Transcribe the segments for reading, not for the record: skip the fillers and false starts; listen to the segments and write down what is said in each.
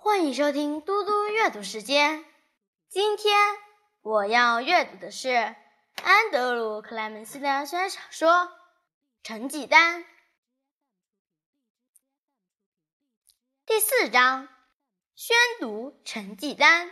欢迎收听嘟嘟阅读时间。今天我要阅读的是安德鲁·克莱门斯的小说《成绩单》第4章，宣读成绩单。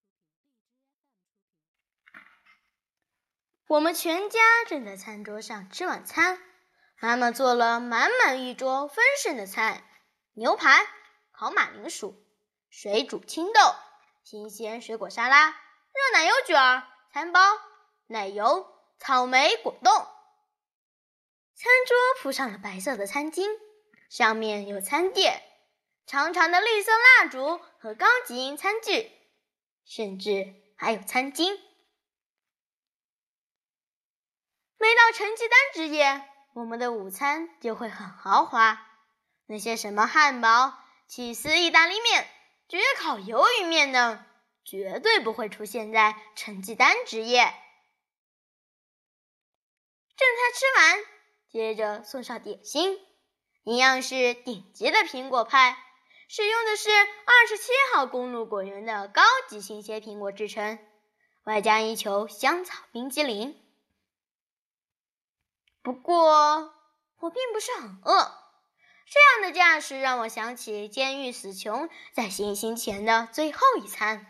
我们全家正在餐桌上吃晚餐，妈妈做了满满一桌丰盛的菜，牛排、烤马铃薯、水煮青豆、新鲜水果沙拉、热奶油卷、餐包、奶油、草莓果冻。餐桌铺上了白色的餐巾，上面有餐垫、长长的绿色蜡烛和高级音餐具，甚至还有餐巾。每到成绩单之夜，我们的午餐就会很豪华，那些什么汉堡、起司意大利面、焗烤鱿鱼面呢，绝对不会出现在成绩单之夜。正菜吃完，接着送上点心，一样是顶级的苹果派，使用的是27号公路果园的高级新鲜苹果制成，外加一球香草冰激凌。不过我并不是很饿，这样的架势让我想起监狱死囚在行刑前的最后一餐。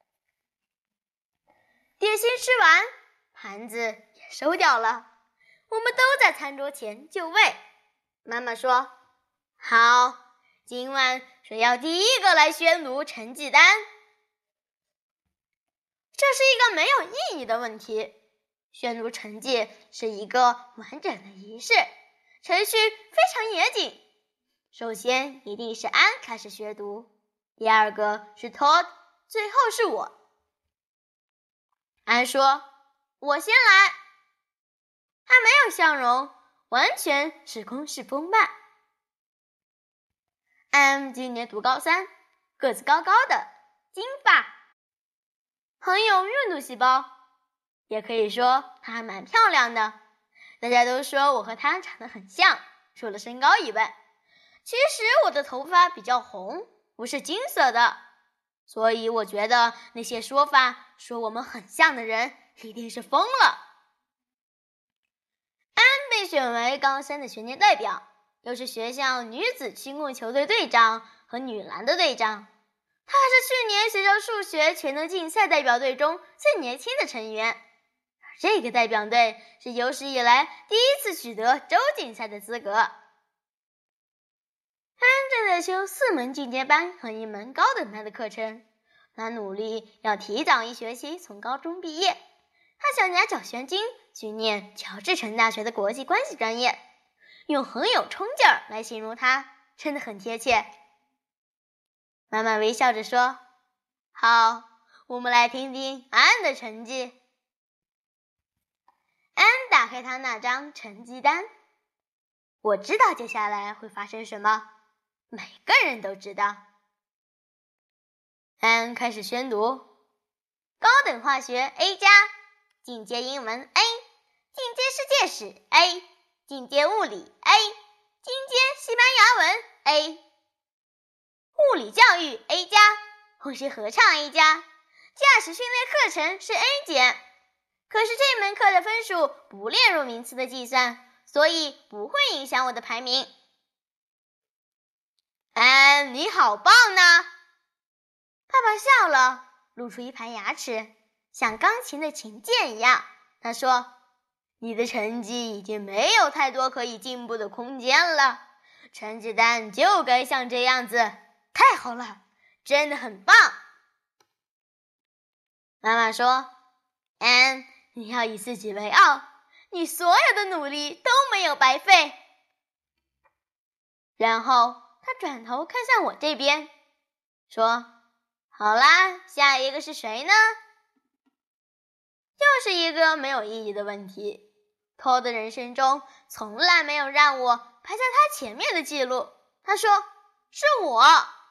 点心吃完，盘子也收掉了，我们都在餐桌前就位。妈妈说：“好，今晚谁要第一个来宣读成绩单？”这是一个没有意义的问题。宣读成绩是一个完整的仪式，程序非常严谨。首先一定是安开始宣读，第二个是 Todd， 最后是我。安说：“我先来。”他没有笑容，完全是公事公办。安今年读高3，个子高高的，金发，很有运动细胞，也可以说她还蛮漂亮的。大家都说我和她长得很像，除了身高以外。其实我的头发比较红，不是金色的，所以我觉得那些说法说我们很像的人一定是疯了。安被选为高3的学年代表，又是学校女子曲棍球队队长和女篮的队长。她还是去年学校数学全能竞赛代表队中最年轻的成员，而这个代表队是有史以来第一次取得州竞赛的资格。安正在修4门进阶班和1门高等班的课程，他努力要提早1学期从高中毕业。他想拿奖学金去念乔治城大学的国际关系专业，用很有冲劲儿来形容他，真的很贴切。妈妈微笑着说：“好，我们来听听安的成绩。”安打开他那张成绩单，我知道接下来会发生什么，每个人都知道。安开始宣读：高等化学 A+， 进阶英文 A， 进阶世界史 A， 进阶物理 A， 进阶西班牙文 A， 物理教育 A+， 红石合唱 A+， 驾驶训练课程是 A 减。可是这门课的分数不列入名次的计算，所以不会影响我的排名。安，你好棒呢！爸爸笑了，露出一排牙齿，像钢琴的琴键一样。他说：“你的成绩已经没有太多可以进步的空间了，成绩单就该像这样子。太好了，真的很棒。”妈妈说：“安，你要以自己为傲，你所有的努力都没有白费。”然后他转头看向我这边，说：“好啦，下一个是谁呢？”又是一个没有意义的问题。托的人生中从来没有让我排在他前面的记录。他说：“是我。”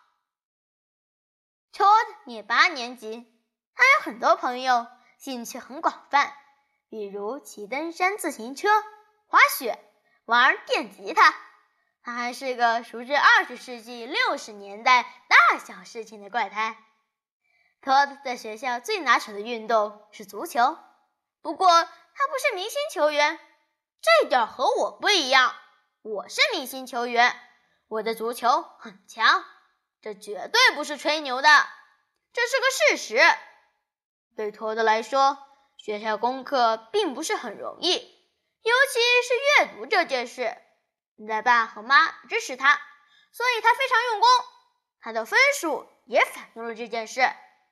Todd 念8年级，他有很多朋友，兴趣很广泛，比如骑登山自行车、滑雪、玩电吉他。他还是个熟知20世纪60年代大大小事情的怪胎。托德在学校最拿手的运动是足球，不过他不是明星球员，这点和我不一样。我是明星球员，我的足球很强，这绝对不是吹牛的，这是个事实。对托德来说，学校功课并不是很容易，尤其是阅读这件事。他爸和妈支持他，所以他非常用功，他的分数也反映了这件事。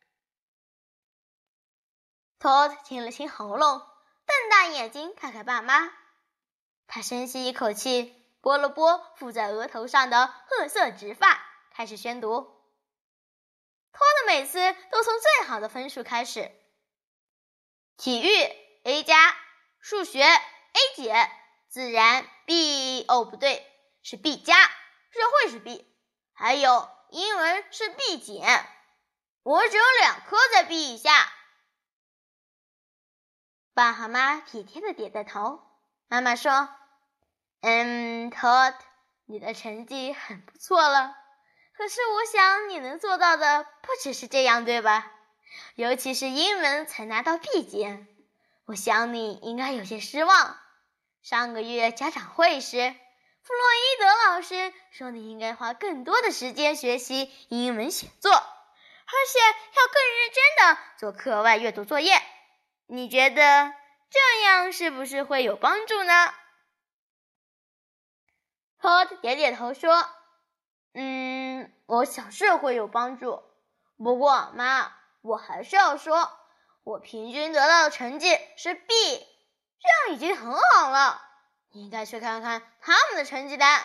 托德清了清喉咙，瞪大眼睛看看爸妈。他深吸一口气，拨了拨附在额头上的褐色直发，开始宣读。托德每次都从最好的分数开始，体育 A+，数学 A 减，自然 B， 不对，是 B+，社会是 B， 还有英文是 B 减，我只有2科在 B 以下。爸和妈体贴地点点头。妈妈说，Todd， 你的成绩很不错了，可是我想你能做到的不只是这样，对吧？尤其是英文才拿到 B 减，我想你应该有些失望。上个月家长会时，弗洛伊德老师说你应该花更多的时间学习英文写作，而且要更认真地做课外阅读作业。你觉得这样是不是会有帮助呢？托德点点头说，我想是会有帮助。不过妈，我还是要说，我平均得到的成绩是 B， 这样已经很好了。你应该去看看他们的成绩单。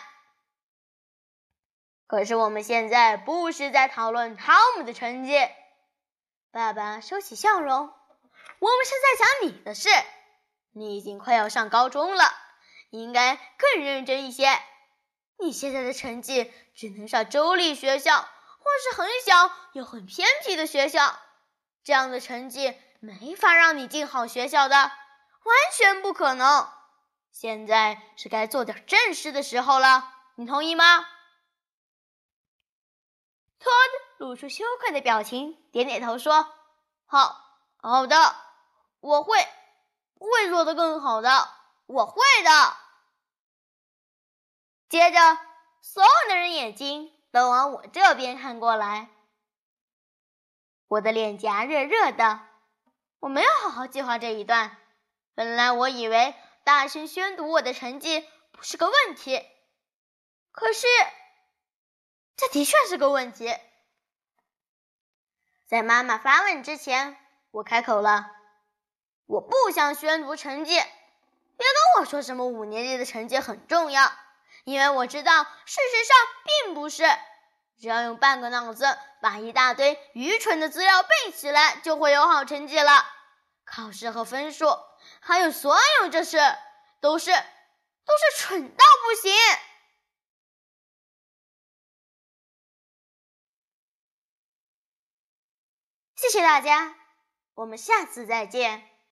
可是我们现在不是在讨论他们的成绩。爸爸收起笑容，我们是在讲你的事。你已经快要上高中了，应该更认真一些。你现在的成绩只能上州立学校，或是很小又很偏僻的学校，这样的成绩没法让你进好学校的，完全不可能。现在是该做点正事的时候了，你同意吗？托德露出羞愧的表情，点点头说，好的，我会做得更好的，我会的。接着，所有的人眼睛都往我这边看过来。我的脸颊热热的，我没有好好计划这一段。本来我以为大声宣读我的成绩不是个问题，可是这的确是个问题。在妈妈发问之前，我开口了，我不想宣读成绩，别跟我说什么5年级的成绩很重要，因为我知道事实上并不是，只要用半个脑子把一大堆愚蠢的资料背起来，就会有好成绩了。考试和分数，还有所有这事，都是蠢到不行。谢谢大家，我们下次再见。